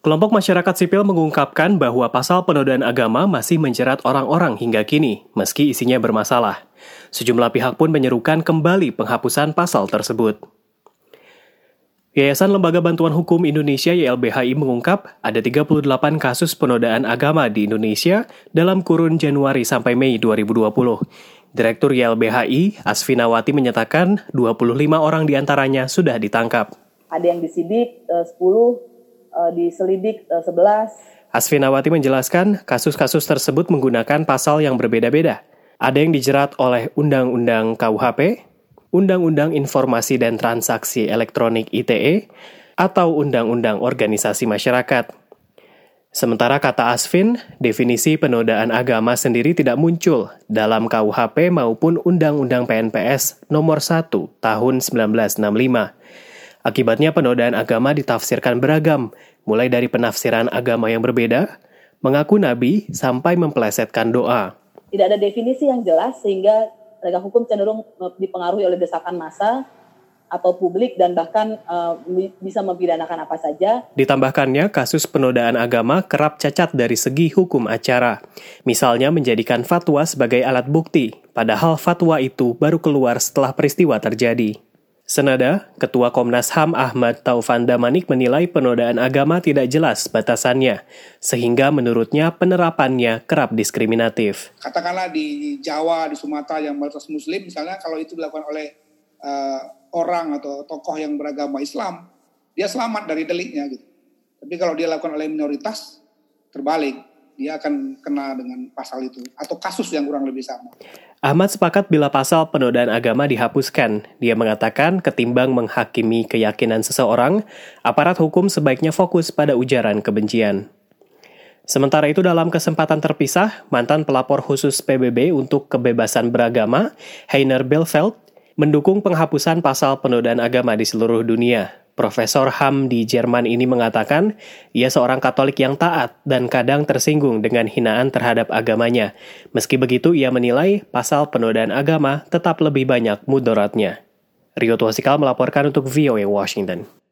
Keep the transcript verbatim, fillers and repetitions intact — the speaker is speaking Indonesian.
Kelompok masyarakat sipil mengungkapkan bahwa pasal penodaan agama masih menjerat orang-orang hingga kini, meski isinya bermasalah. Sejumlah pihak pun menyerukan kembali penghapusan pasal tersebut. Yayasan Lembaga Bantuan Hukum Indonesia Y L B H I mengungkap ada tiga puluh delapan kasus penodaan agama di Indonesia dalam kurun Januari sampai Mei dua ribu dua puluh. Direktur Y L B H I, Asfinawati, menyatakan dua puluh lima orang diantaranya sudah ditangkap. Ada yang disidik uh, sepuluh, uh, diselidik uh, sebelas. Asfinawati menjelaskan kasus-kasus tersebut menggunakan pasal yang berbeda-beda. Ada yang dijerat oleh Undang-Undang K U H P, Undang-Undang Informasi dan Transaksi Elektronik I T E, atau Undang-Undang Organisasi Masyarakat. Sementara kata Asfin, definisi penodaan agama sendiri tidak muncul dalam K U H P maupun Undang-Undang P N P S nomor satu tahun seribu sembilan ratus enam puluh lima. Akibatnya penodaan agama ditafsirkan beragam, mulai dari penafsiran agama yang berbeda, mengaku nabi, sampai mempelesetkan doa. Tidak ada definisi yang jelas sehingga penegak hukum cenderung dipengaruhi oleh desakan massa atau publik dan bahkan uh, bisa mempidanakan apa saja. Ditambahkannya, kasus penodaan agama kerap cacat dari segi hukum acara. Misalnya menjadikan fatwa sebagai alat bukti, padahal fatwa itu baru keluar setelah peristiwa terjadi. Senada, Ketua Komnas H A M Ahmad Taufan Damanik menilai penodaan agama tidak jelas batasannya, sehingga menurutnya penerapannya kerap diskriminatif. Katakanlah di Jawa, di Sumatera yang mayoritas Muslim, misalnya kalau itu dilakukan oleh uh, orang atau tokoh yang beragama Islam, dia selamat dari deliknya gitu. Tapi kalau dia lakukan oleh minoritas, terbalik, dia akan kena dengan pasal itu atau kasus yang kurang lebih sama. Ahmad sepakat bila pasal penodaan agama dihapuskan. Dia mengatakan ketimbang menghakimi keyakinan seseorang, aparat hukum sebaiknya fokus pada ujaran kebencian. Sementara itu dalam kesempatan terpisah, mantan pelapor khusus P B B untuk kebebasan beragama, Heiner Belfeld, mendukung penghapusan pasal penodaan agama di seluruh dunia. Profesor H A M di Jerman ini mengatakan, ia seorang Katolik yang taat dan kadang tersinggung dengan hinaan terhadap agamanya. Meski begitu, ia menilai pasal penodaan agama tetap lebih banyak mudaratnya. Rio Tuasikal melaporkan untuk V O A Washington.